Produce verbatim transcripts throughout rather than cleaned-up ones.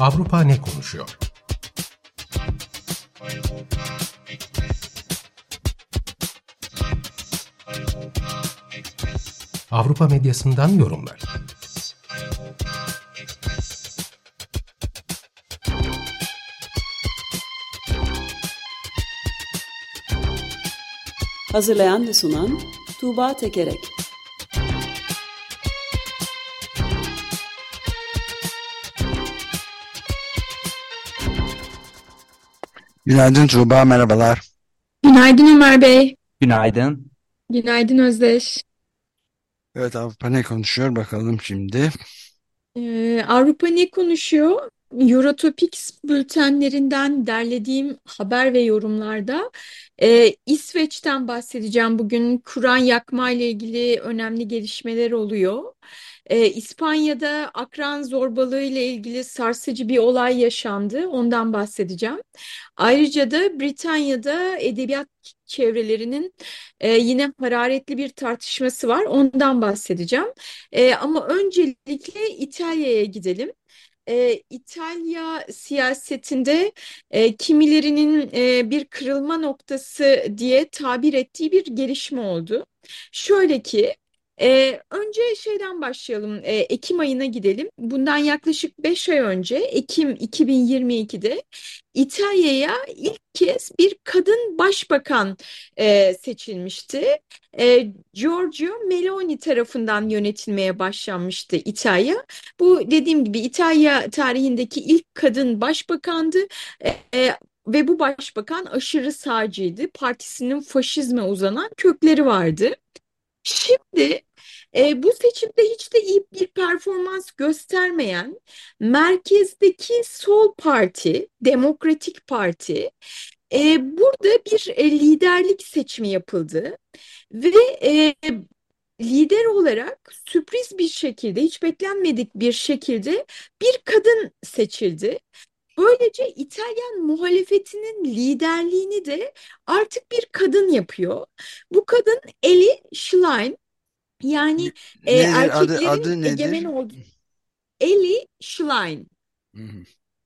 Avrupa ne konuşuyor? Avrupa medyasından yorumlar. Hazırlayan ve sunan Tuğba Tekerek. Günaydın Tuğba, merhabalar. Günaydın Ömer Bey. Günaydın. Günaydın Özdeş. Evet, Avrupa ne konuşuyor bakalım şimdi. Ee, Avrupa ne konuşuyor? Eurotopics bültenlerinden derlediğim haber ve yorumlarda e, İsveç'ten bahsedeceğim. Bugün Kur'an yakma ile ilgili önemli gelişmeler oluyor. E, İspanya'da akran zorbalığı ile ilgili sarsıcı bir olay yaşandı. Ondan bahsedeceğim. Ayrıca da Britanya'da edebiyat çevrelerinin e, yine hararetli bir tartışması var. Ondan bahsedeceğim. E, ama öncelikle İtalya'ya gidelim. E, İtalya siyasetinde e, kimilerinin e, bir kırılma noktası diye tabir ettiği bir gelişme oldu. Şöyle ki, e, önce şeyden başlayalım, e, Ekim ayına gidelim. Bundan yaklaşık beş ay önce, Ekim iki bin yirmi ikide İtalya'ya ilk kez bir kadın başbakan e, seçilmişti. E, Giorgio Meloni tarafından yönetilmeye başlanmıştı İtalya. Bu dediğim gibi İtalya tarihindeki ilk kadın başbakandı. E, e, Ve bu başbakan aşırı sağcıydı. Partisinin faşizme uzanan kökleri vardı. Şimdi e, bu seçimde hiç de iyi bir performans göstermeyen merkezdeki sol parti, Demokratik Parti, e, burada bir e, liderlik seçimi yapıldı ve e, lider olarak sürpriz bir şekilde, hiç beklenmedik bir şekilde bir kadın seçildi. Böylece İtalyan muhalefetinin liderliğini de artık bir kadın yapıyor. Bu kadın Elly Schlein, yani e, Nedir adı erkeklerin adı egemen nedir? olduğu Elly Schlein. Hı hı.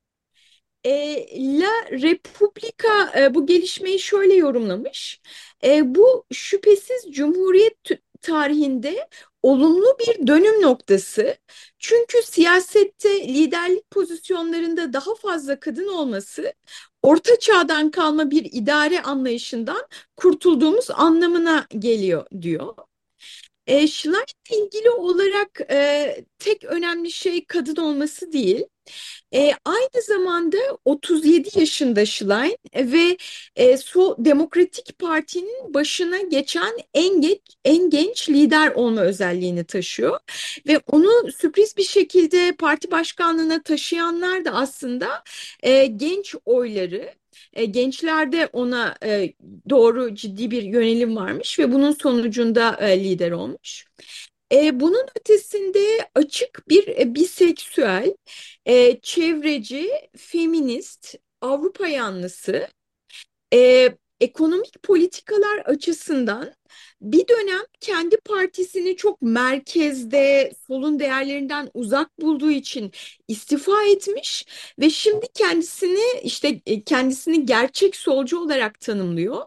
E, La Repubblica e, bu gelişmeyi şöyle yorumlamış. E, bu şüphesiz Cumhuriyet t- tarihinde olumlu bir dönüm noktası. Çünkü siyasette liderlik pozisyonlarında daha fazla kadın olması, Orta Çağ'dan kalma bir idare anlayışından kurtulduğumuz anlamına geliyor diyor. E, Schlein ilgili olarak e, tek önemli şey kadın olması değil. E, aynı zamanda otuz yedi yaşında Schlein ve e, Sol Demokratik Parti'nin başına geçen en genç, en genç lider olma özelliğini taşıyor. Ve onu sürpriz bir şekilde parti başkanlığına taşıyanlar da aslında e, genç oyları. E, gençlerde ona e, doğru ciddi bir yönelim varmış ve bunun sonucunda e, lider olmuş. E, bunun ötesinde açık bir e, biseksüel, e, çevreci, feminist, Avrupa yanlısı, e, ekonomik politikalar açısından bir dönem kendi partisini çok merkezde, solun değerlerinden uzak bulduğu için istifa etmiş ve şimdi kendisini işte e, kendisini gerçek solcu olarak tanımlıyor.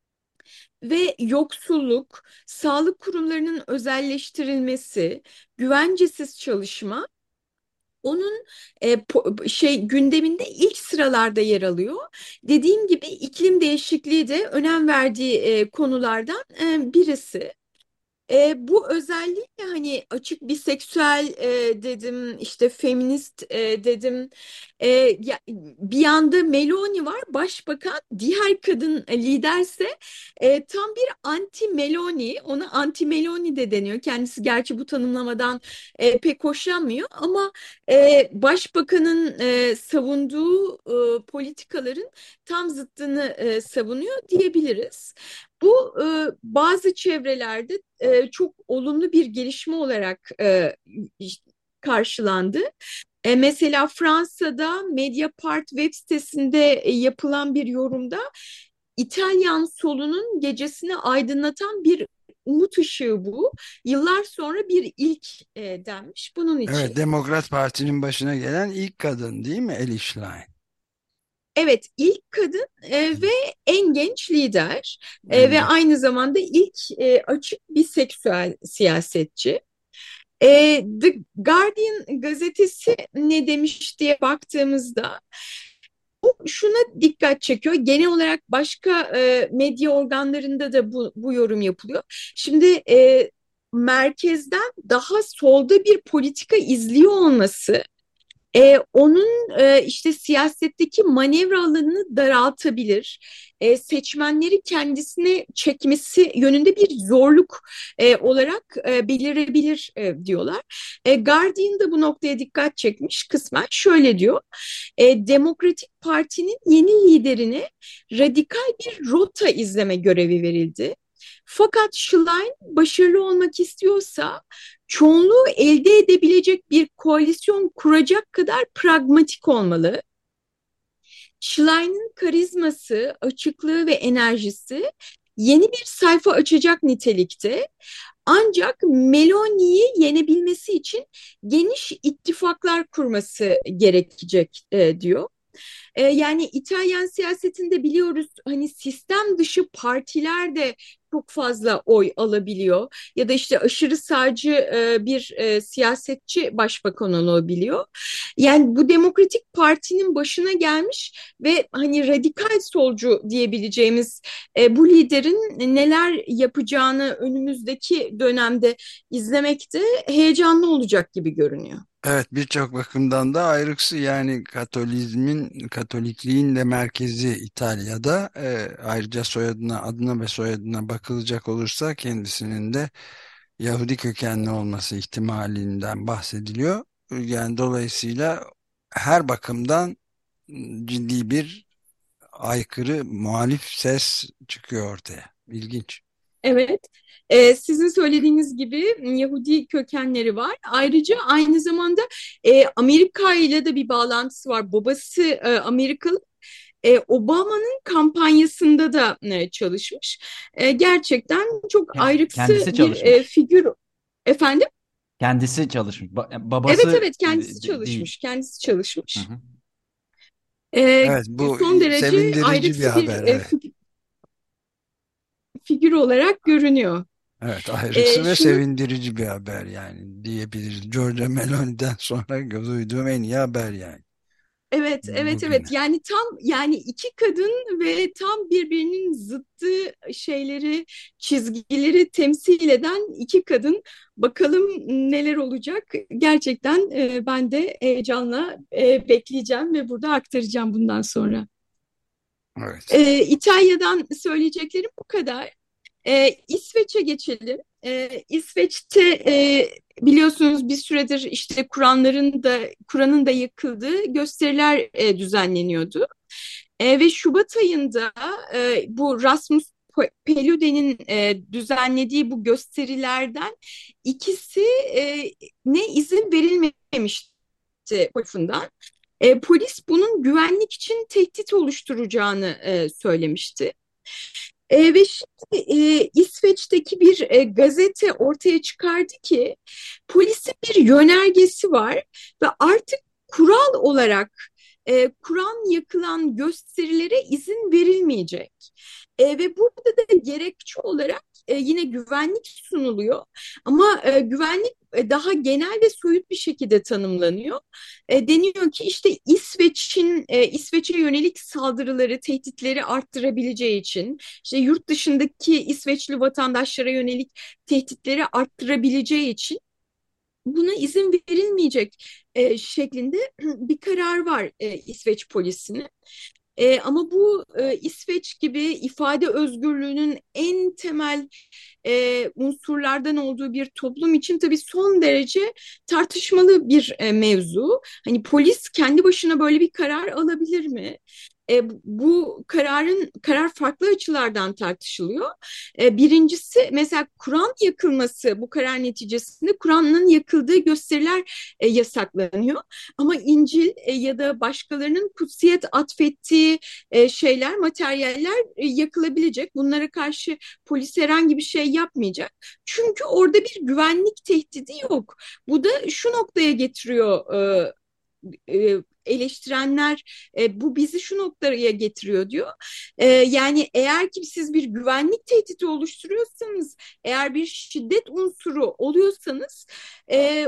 Ve yoksulluk, sağlık kurumlarının özelleştirilmesi, güvencesiz çalışma onun e, po- şey gündeminde ilk sıralarda yer alıyor. Dediğim gibi iklim değişikliği de önem verdiği e, konulardan e, birisi. E, bu özellikle hani açık biseksüel e, dedim, işte feminist e, dedim. E, ya, bir yanda Meloni var, başbakan, diğer kadın liderse e, tam bir anti Meloni, ona anti Meloni de deniyor. Kendisi gerçi bu tanımlamadan e, pek hoşlanmıyor ama e, başbakanın e, savunduğu e, politikaların tam zıttını e, savunuyor diyebiliriz. Bu e, bazı çevrelerde e, çok olumlu bir gelişme olarak e, karşılandı. E, mesela Fransa'da Mediapart web sitesinde e, yapılan bir yorumda İtalyan solunun gecesini aydınlatan bir umut ışığı bu. Yıllar sonra bir ilk e, denmiş bunun Evet, için. Demokrat Parti'nin başına gelen ilk kadın değil mi? Elif Schlein. Evet, ilk kadın e, ve en genç lider e, ve Enge. aynı zamanda ilk e, açık biseksüel siyasetçi. E, The Guardian gazetesi ne demiş diye baktığımızda şuna dikkat çekiyor. Genel olarak başka e, medya organlarında da bu, bu yorum yapılıyor. Şimdi e, merkezden daha solda bir politika izliyor olması e, onun e, işte siyasetteki manevra alanını daraltabilir. E, seçmenleri kendisine çekmesi yönünde bir zorluk e, olarak e, belirebilir e, diyorlar. E, Guardian da bu noktaya dikkat çekmiş kısmen şöyle diyor. E, Demokratik Parti'nin yeni liderine radikal bir rota izleme görevi verildi. Fakat Schlein başarılı olmak istiyorsa çoğunluğu elde edebilecek bir koalisyon kuracak kadar pragmatik olmalı. Schlein'in karizması, açıklığı ve enerjisi yeni bir sayfa açacak nitelikte. Ancak Meloni'yi yenebilmesi için geniş ittifaklar kurması gerekecek e, diyor. E, yani İtalyan siyasetinde biliyoruz hani sistem dışı partiler de çok fazla oy alabiliyor ya da işte aşırı sağcı e, bir e, siyasetçi başbakan olabiliyor. Yani bu Demokratik Parti'nin başına gelmiş ve hani radikal solcu diyebileceğimiz e, bu liderin neler yapacağını önümüzdeki dönemde izlemek de heyecanlı olacak gibi görünüyor. Evet, birçok bakımdan da ayrıksı, yani Katolizmin, Katolikliğin de merkezi İtalya'da. E, ayrıca soyadına, adına ve soyadına bakılacak olursa kendisinin de Yahudi kökenli olması ihtimalinden bahsediliyor. Yani dolayısıyla her bakımdan ciddi bir aykırı muhalif ses çıkıyor ortaya. İlginç. Evet, Ee, sizin söylediğiniz gibi Yahudi kökenleri var. Ayrıca aynı zamanda e, Amerika ile de bir bağlantısı var. Babası e, Amerikalı. E, Obama'nın kampanyasında da e, çalışmış. E, gerçekten çok Ke- ayrıksı Kendisi bir e, çalışmış. figür. Efendim? Kendisi çalışmış. Ba- Evet babası evet kendisi de- de- değil. çalışmış. Kendisi Hı çalışmış. hı. E, Evet, bu son derece sevindirici bir ayrıksı bir haber. e, Evet. fig- figür olarak görünüyor. Evet, ayrıksı E, ve şunu sevindirici bir haber yani diyebiliriz. Giorgia Meloni'den sonra duyduğum en iyi haber yani Evet, evet, bugüne. evet. Yani tam yani iki kadın ve tam birbirinin zıttı şeyleri, çizgileri temsil eden iki kadın. Bakalım neler olacak. Gerçekten e, ben de heyecanla e, bekleyeceğim ve burada aktaracağım bundan sonra. Evet. E, İtalya'dan söyleyeceklerim bu kadar. E, İsveç'e geçelim. E, İsveç'te e, biliyorsunuz bir süredir işte Kur'anların da Kur'an'ın da yakıldığı gösteriler e, düzenleniyordu. E, ve Şubat ayında e, bu Rasmus Paludan'ın e, düzenlediği bu gösterilerden ikisi e, ne izin verilmemişti tarafından. E, polis bunun güvenlik için tehdit oluşturacağını e, söylemişti. E, ve şimdi e, İsveç'teki bir e, gazete ortaya çıkardı ki polisin bir yönergesi var ve artık kural olarak e, Kur'an yakılan gösterilere izin verilmeyecek. E, ve burada da gerekçe olarak e, yine güvenlik sunuluyor ama e, güvenlik e, daha genel ve soyut bir şekilde tanımlanıyor. E, deniyor ki işte İsveç'in e, İsveç'e yönelik saldırıları, tehditleri arttırabileceği için, işte yurt dışındaki İsveçli vatandaşlara yönelik tehditleri arttırabileceği için buna izin verilmeyecek e, şeklinde bir karar var e, İsveç polisinin. E, ama bu e, İsveç gibi ifade özgürlüğünün en temel e, unsurlardan olduğu bir toplum için tabii son derece tartışmalı bir e, mevzu. Hani polis kendi başına böyle bir karar alabilir mi? E, bu kararın karar farklı açılardan tartışılıyor. E, birincisi mesela Kur'an yakılması, bu karar neticesinde Kur'an'ın yakıldığı gösteriler e, yasaklanıyor. Ama İncil e, ya da başkalarının kutsiyet atfettiği e, şeyler, materyaller e, yakılabilecek. Bunlara karşı polis herhangi bir şey yapmayacak. Çünkü orada bir güvenlik tehdidi yok. Bu da şu noktaya getiriyor e, e, eleştirenler, e, bu bizi şu noktaya getiriyor diyor. E, yani eğer ki siz bir güvenlik tehdidi oluşturuyorsanız, eğer bir şiddet unsuru oluyorsanız e,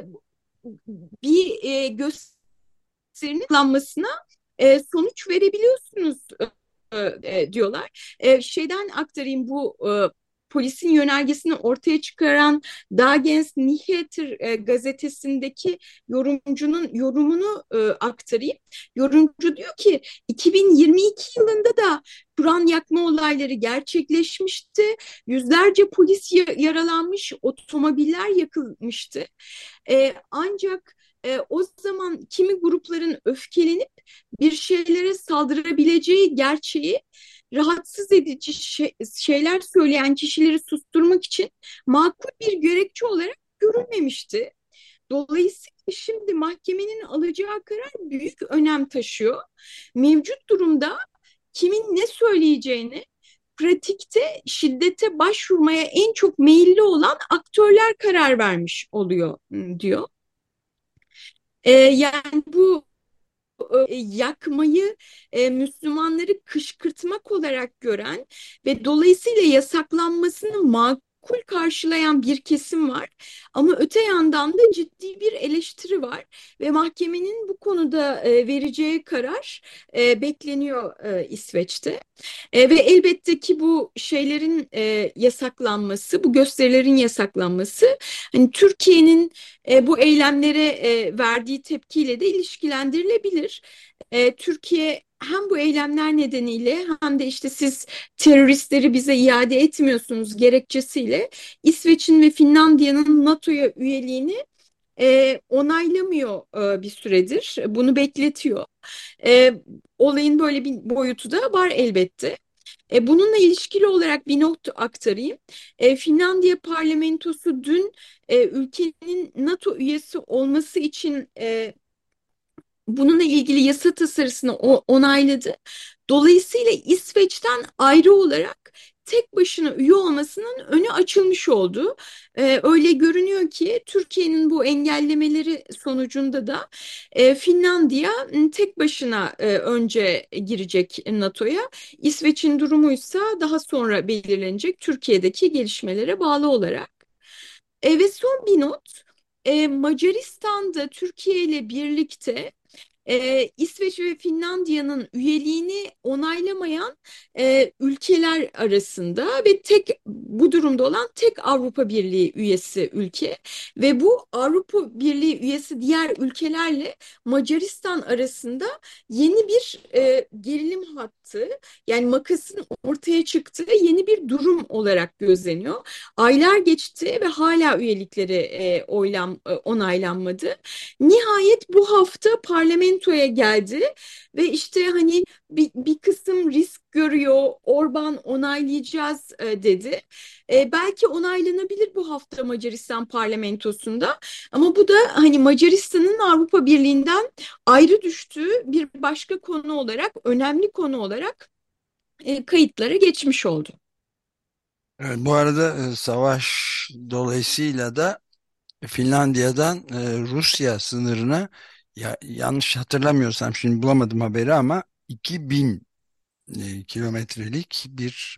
bir e, gösterinin kullanmasına e, sonuç verebiliyorsunuz e, e, diyorlar. E, şeyden aktarayım bu e, polisin yönergesini ortaya çıkaran Dagens Nyheter e, gazetesindeki yorumcunun yorumunu e, aktarayım. Yorumcu diyor ki iki bin yirmi iki yılında da Kur'an yakma olayları gerçekleşmişti. Yüzlerce polis yaralanmış, otomobiller yakılmıştı. E, ancak e, o zaman kimi grupların öfkelenip bir şeylere saldırabileceği gerçeği, rahatsız edici şey, şeyler söyleyen kişileri susturmak için makul bir gerekçe olarak görülmemişti. Dolayısıyla şimdi mahkemenin alacağı karar büyük önem taşıyor. Mevcut durumda kimin ne söyleyeceğini, pratikte şiddete başvurmaya en çok meyilli olan aktörler karar vermiş oluyor diyor. Ee, yani bu e, yakmayı e, Müslümanları kışkırtmak olarak gören ve dolayısıyla yasaklanmasını makul karşılayan bir kesim var. Ama öte yandan da ciddi bir eleştiri var ve mahkemenin bu konuda e, vereceği karar e, bekleniyor e, İsveç'te. E, ve elbette ki bu şeylerin e, yasaklanması, bu gösterilerin yasaklanması, hani Türkiye'nin e, bu eylemlere e, verdiği tepkiyle de ilişkilendirilebilir. E, Türkiye hem bu eylemler nedeniyle hem de işte siz teröristleri bize iade etmiyorsunuz gerekçesiyle İsveç'in ve Finlandiya'nın NATO'ya üyeliğini e, onaylamıyor e, bir süredir. Bunu bekletiyor. E, olayın böyle bir boyutu da var elbette. E, bununla ilişkili olarak bir not aktarayım. E, Finlandiya parlamentosu dün e, ülkenin NATO üyesi olması için e, bununla ilgili yasa tasarısını onayladı. Dolayısıyla İsveç'ten ayrı olarak tek başına üye olmasının önü açılmış oldu. Ee, öyle görünüyor ki Türkiye'nin bu engellemeleri sonucunda da e, Finlandiya tek başına e, önce girecek NATO'ya. İsveç'in durumuysa daha sonra belirlenecek Türkiye'deki gelişmelere bağlı olarak. E, ve son bir not. E, Macaristan'da Türkiye ile birlikte e, İsveç ve Finlandiya'nın üyeliğini onaylamayan e, ülkeler arasında ve tek bu durumda olan tek Avrupa Birliği üyesi ülke ve bu Avrupa Birliği üyesi diğer ülkelerle Macaristan arasında yeni bir e, gerilim hattı, yani makasın ortaya çıktığı yeni bir durum olarak gözleniyor. Aylar geçti ve hala üyelikleri e, oylam e, onaylanmadı. Nihayet bu hafta parlamentoya geldi ve işte hani bir, bir kısım risk görüyor, Orban onaylayacağız e, dedi. E, belki onaylanabilir bu hafta Macaristan parlamentosunda, ama bu da hani Macaristan'ın Avrupa Birliği'nden ayrı düştüğü bir başka konu olarak, önemli konu olarak e, kayıtlara geçmiş oldu. Evet, bu arada e, savaş dolayısıyla da Finlandiya'dan e, Rusya sınırına, ya, yanlış hatırlamıyorsam şimdi bulamadım haberi ama iki bin e, kilometrelik bir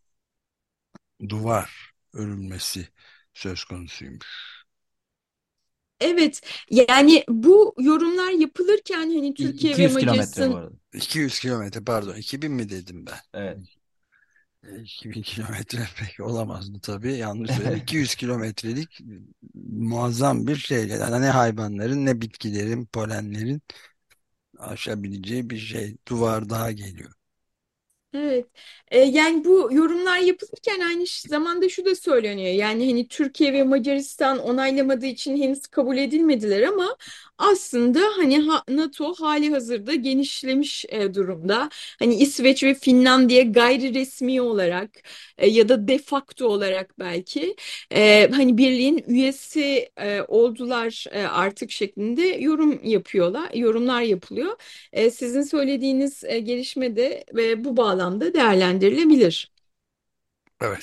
duvar örülmesi söz konusuymuş. Evet, yani bu yorumlar yapılırken hani İ- Türkiye ve iki yüz kilometre bu Macaristan. arada. iki yüz kilometre, pardon, iki bin mi dedim ben? Evet. E, iki bin kilometre pek olamazdı tabii, yanlış söyledim. iki yüz kilometrelik muazzam bir şey. Yani ne hayvanların ne bitkilerin, polenlerin aşabileceği bir şey. Duvar daha geliyor. Evet. E, yani bu yorumlar yapılırken aynı ş- zamanda şu da söyleniyor. Yani hani Türkiye ve Macaristan onaylamadığı için henüz kabul edilmediler ama aslında hani ha- NATO hali hazırda genişlemiş e, durumda. Hani İsveç ve Finlandiya gayri resmi olarak e, ya da de facto olarak belki e, hani birliğin üyesi e, oldular e, artık şeklinde yorum yapıyorlar, yorumlar yapılıyor. E, sizin söylediğiniz e, gelişme de ve bu bağlamda değerlendirilebilir. Evet.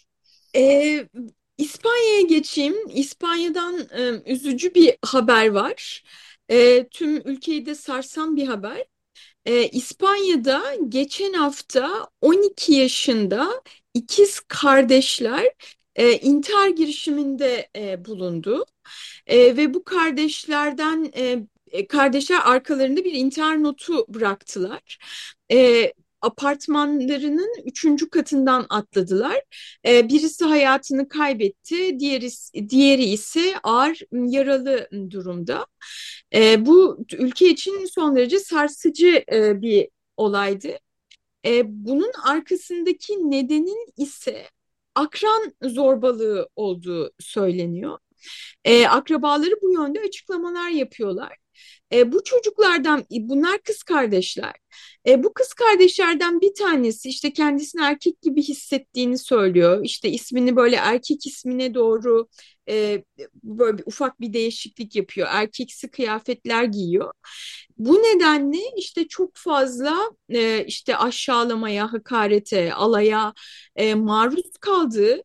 E, İspanya'ya geçeyim. İspanya'dan e, üzücü bir haber var. E, tüm ülkeyi de sarsan bir haber. E, İspanya'da geçen hafta on iki yaşında ikiz kardeşler e, intihar girişiminde e, bulundu. E, ve bu kardeşlerden e, e, kardeşler arkalarında bir intihar notu bıraktılar. E, Apartmanlarının üçüncü katından atladılar. E, birisi hayatını kaybetti, diğeri, diğeri ise ağır yaralı durumda. E, bu ülke için son derece sarsıcı e, bir olaydı. E, bunun arkasındaki nedenin ise akran zorbalığı olduğu söyleniyor. E, akrabaları bu yönde açıklamalar yapıyorlar. E, bu çocuklardan, bunlar kız kardeşler. E, bu kız kardeşlerden bir tanesi işte kendisini erkek gibi hissettiğini söylüyor. İşte ismini böyle erkek ismine doğru e, böyle bir, ufak bir değişiklik yapıyor. Erkeksi kıyafetler giyiyor. Bu nedenle işte çok fazla e, işte aşağılamaya, hakarete, alaya e, maruz kaldığı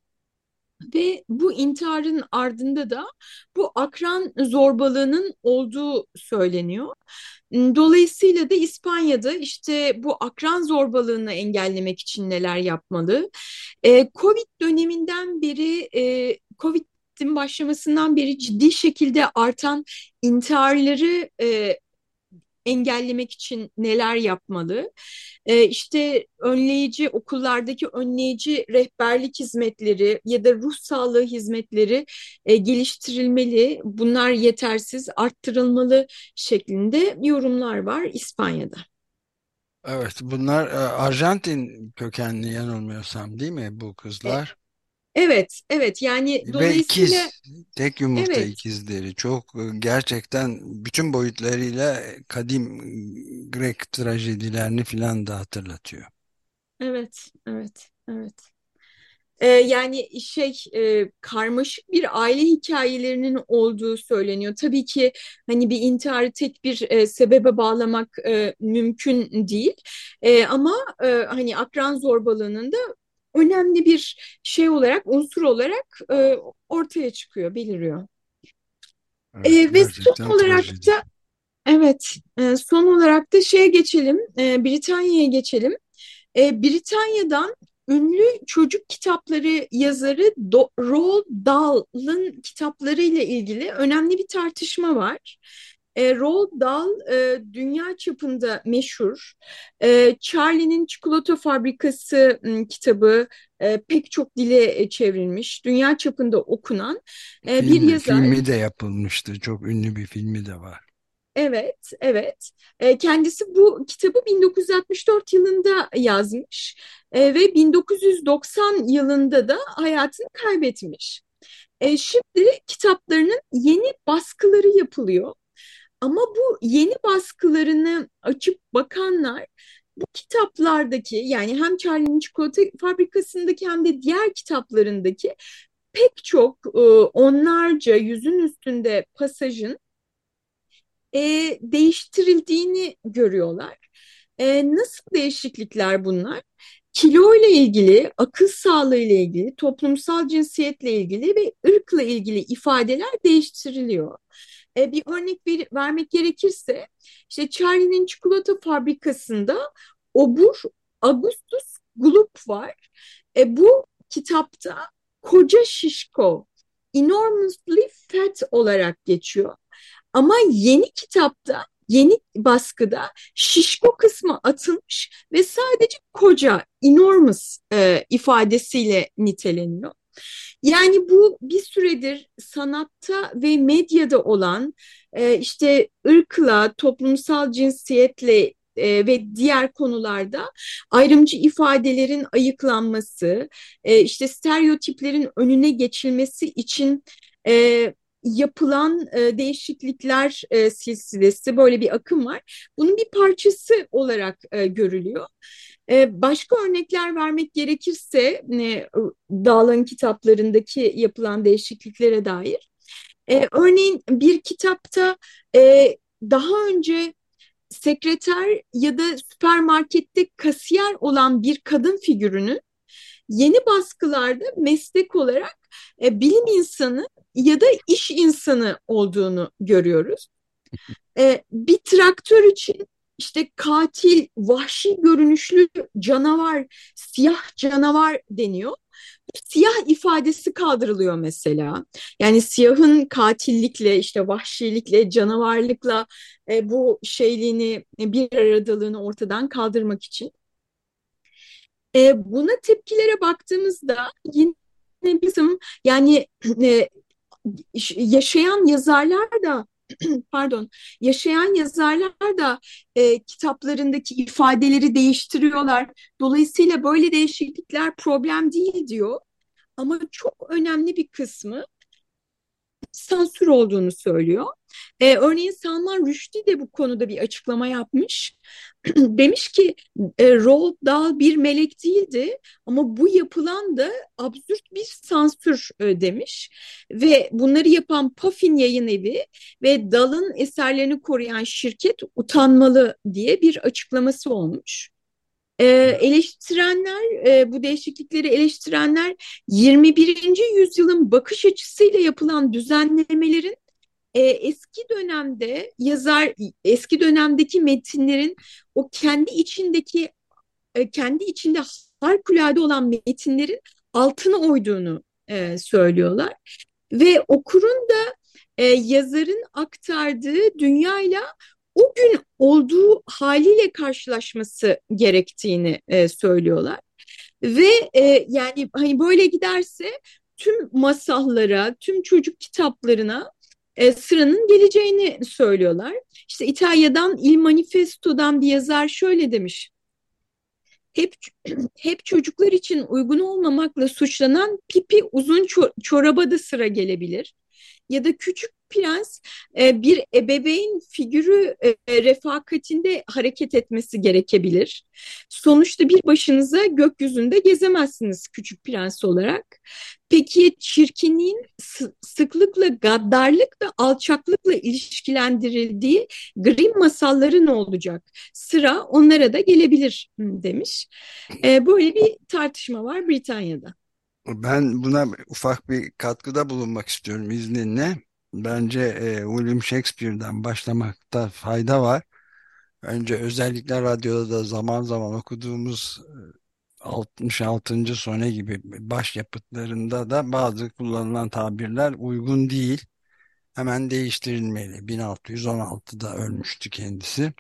ve bu intiharın ardında da bu akran zorbalığının olduğu söyleniyor. Dolayısıyla da İspanya'da işte bu akran zorbalığını engellemek için neler yapmalı? Ee, Covid döneminden beri, e, Covid'in başlamasından beri ciddi şekilde artan intiharları e, engellemek için neler yapmalı? E, işte önleyici okullardaki önleyici rehberlik hizmetleri ya da ruh sağlığı hizmetleri e, geliştirilmeli. Bunlar yetersiz, arttırılmalı şeklinde yorumlar var İspanya'da. Evet, bunlar e, Arjantin kökenli yanılmıyorsam değil mi bu E, kızlar? evet, evet. Yani Ve dolayısıyla ikiz, tek yumurta evet. ikizleri çok e, gerçekten bütün boyutlarıyla kadim Grek trajedilerini filan da hatırlatıyor. Evet, evet, evet. Ee, yani şey e, karmaşık bir aile hikayelerinin olduğu söyleniyor. Tabii ki hani bir intiharı tek bir e, sebebe bağlamak e, mümkün değil. E, ama e, hani akran zorbalığının da önemli bir şey olarak, unsur olarak e, ortaya çıkıyor, beliriyor. Evet, E, ve son gerçekten olarak trajedi. da evet, e, son olarak da şeye geçelim, e, Britanya'ya geçelim. E, Britanya'dan ünlü çocuk kitapları yazarı Do- Roald Dahl'ın kitapları ile ilgili önemli bir tartışma var. E, Roald Dahl e, dünya çapında meşhur. E, Charlie'nin Çikolata Fabrikası m, kitabı e, pek çok dile e, çevrilmiş, dünya çapında okunan e, bir Filmi, yazar. filmi de yapılmıştı. Çok ünlü bir filmi de var. Evet, evet. E, kendisi bu kitabı bin dokuz yüz altmış dört yılında yazmış e, ve bin dokuz yüz doksan yılında da hayatını kaybetmiş. E, şimdi kitaplarının yeni baskıları yapılıyor. Ama bu yeni baskılarını açıp bakanlar bu kitaplardaki yani hem Charlie'nin Çikolata Fabrikası'ndaki hem de diğer kitaplarındaki pek çok e, onlarca yüzün üstünde pasajın e, değiştirildiğini görüyorlar. E, nasıl değişiklikler bunlar? Kilo ile ilgili, akıl sağlığı ile ilgili, toplumsal cinsiyetle ilgili ve ırkla ilgili ifadeler değiştiriliyor. E, bir örnek ver, vermek gerekirse, işte Charlie'nin çikolata fabrikasında Obur Augustus Gloop var. E, bu kitapta koca şişko, enormously fat olarak geçiyor. Ama yeni kitapta, yeni baskıda şişko kısmı atılmış ve sadece koca, enormous e, ifadesiyle niteleniyor. Yani bu bir süredir sanatta ve medyada olan e, işte ırkla, toplumsal cinsiyetle e, ve diğer konularda ayrımcı ifadelerin ayıklanması, e, işte stereotiplerin önüne geçilmesi için e, yapılan e, değişiklikler e, silsilesi, böyle bir akım var. Bunun bir parçası olarak e, görülüyor. E, başka örnekler vermek gerekirse e, Dağların kitaplarındaki yapılan değişikliklere dair. E, örneğin bir kitapta e, daha önce sekreter ya da süpermarkette kasiyer olan bir kadın figürünün yeni baskılarda meslek olarak e, bilim insanı ya da iş insanı olduğunu görüyoruz. E, bir traktör için işte katil, vahşi görünüşlü canavar, siyah canavar deniyor. Siyah ifadesi kaldırılıyor mesela. Yani siyahın katillikle, işte vahşilikle, canavarlıkla e, bu şeyliğini, e, bir aradalığını ortadan kaldırmak için. E, buna tepkilere baktığımızda yine bizim yani e, yaşayan yazarlar da pardon, yaşayan yazarlar da e, kitaplarındaki ifadeleri değiştiriyorlar. Dolayısıyla böyle değişiklikler problem değil diyor. Ama çok önemli bir kısmı sansür olduğunu söylüyor. Ee, örneğin Salman Rushdie de bu konuda bir açıklama yapmış. Demiş ki e, Roald Dahl bir melek değildi ama bu yapılan da absürt bir sansür e, demiş. Ve bunları yapan Puffin Yayın Evi ve Dahl'ın eserlerini koruyan şirket utanmalı diye bir açıklaması olmuş. Ee, eleştirenler, e, bu değişiklikleri eleştirenler yirmi birinci yüzyılın bakış açısıyla yapılan düzenlemelerin e, eski dönemde yazar, eski dönemdeki metinlerin o kendi içindeki, e, kendi içinde harikulade olan metinlerin altına oyduğunu e, söylüyorlar. Ve okurun da e, yazarın aktardığı dünyayla o gün olduğu haliyle karşılaşması gerektiğini e, söylüyorlar. Ve e, yani hani böyle giderse tüm masallara, tüm çocuk kitaplarına e, sıranın geleceğini söylüyorlar. İşte İtalya'dan Il Manifesto'dan bir yazar şöyle demiş. Hep hep çocuklar için uygun olmamakla suçlanan Pipi uzun ço çoraba da sıra gelebilir. Ya da Küçük Prens e, bir ebeveyn figürü e, refakatinde hareket etmesi gerekebilir. Sonuçta bir başınıza gökyüzünde gezemezsiniz Küçük Prens olarak. Peki çirkinliğin sıklıkla gaddarlık ve alçaklıkla ilişkilendirildiği Grimm masalları ne olacak? Sıra onlara da gelebilir demiş. E, böyle bir tartışma var Britanya'da. Ben buna ufak bir katkıda bulunmak istiyorum izninle. Bence e, William Shakespeare'den başlamakta fayda var. Önce özellikle radyoda da zaman zaman okuduğumuz e, altmış altıncı sone gibi başyapıtlarında da bazı kullanılan tabirler uygun değil. Hemen değiştirilmeli. bin altı yüz on altıda ölmüştü kendisi.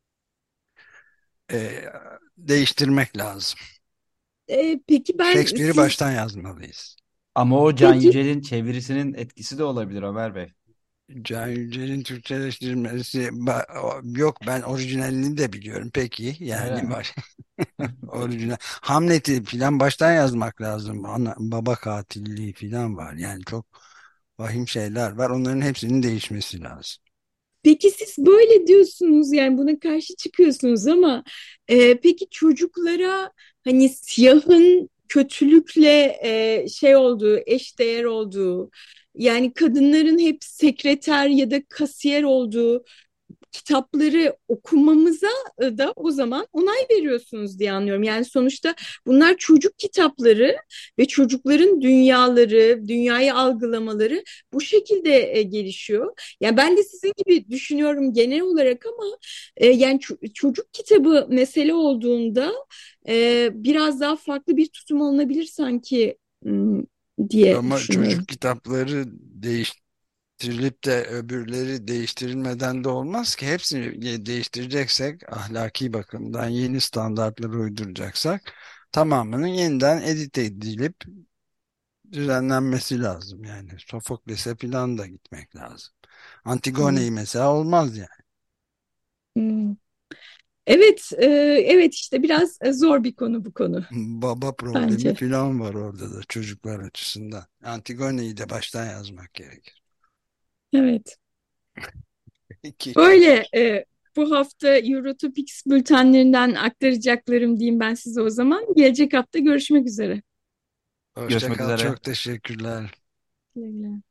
E, Değiştirmek lazım. E, peki ben Shakespeare'i siz baştan yazmalıyız. Ama o Can peki Yücel'in çevirisinin etkisi de olabilir Ömer Bey. Can Yücel'in Türkçeleştirilmesi ba- o- yok, ben orijinalini de biliyorum. Peki Öyle yani mi? baş, orijinal Hamlet'i filan baştan yazmak lazım. Ana, baba katilliği filan var. Yani çok vahim şeyler var. Onların hepsinin değişmesi lazım. peki siz böyle diyorsunuz, yani buna karşı çıkıyorsunuz ama e, peki çocuklara hani siyahın kötülükle e, şey olduğu, eşdeğer olduğu, yani kadınların hep sekreter ya da kasiyer olduğu kitapları okumamıza e, da o zaman onay veriyorsunuz diye anlıyorum. Yani sonuçta bunlar çocuk kitapları ve çocukların dünyaları, dünyayı algılamaları bu şekilde e, gelişiyor. Yani ben de sizin gibi düşünüyorum genel olarak ama e, yani ço- çocuk kitabı mesele olduğunda e, biraz daha farklı bir tutum alınabilir sanki m, diye Ama düşünüyorum. çocuk kitapları değiştirilip de öbürleri değiştirilmeden de olmaz ki. Hepsini değiştireceksek, ahlaki bakımdan yeni standartları uyduracaksak, tamamının yeniden edit edilip düzenlenmesi lazım yani. Sofokles'e falan da gitmek lazım. Hmm. Antigone'yi mesela olmaz yani. Hmm. Evet, e, evet işte biraz e, zor bir konu bu konu Baba problemi bence. falan var orada da çocuklar açısından. Antigone'yi de baştan yazmak gerekir. Evet. Peki, Böyle e, bu hafta Eurotopics bültenlerinden aktaracaklarım diyeyim ben size o zaman. Gelecek hafta görüşmek üzere. hoşça Görüşmek kal, üzere. çok teşekkürler. Güle güle.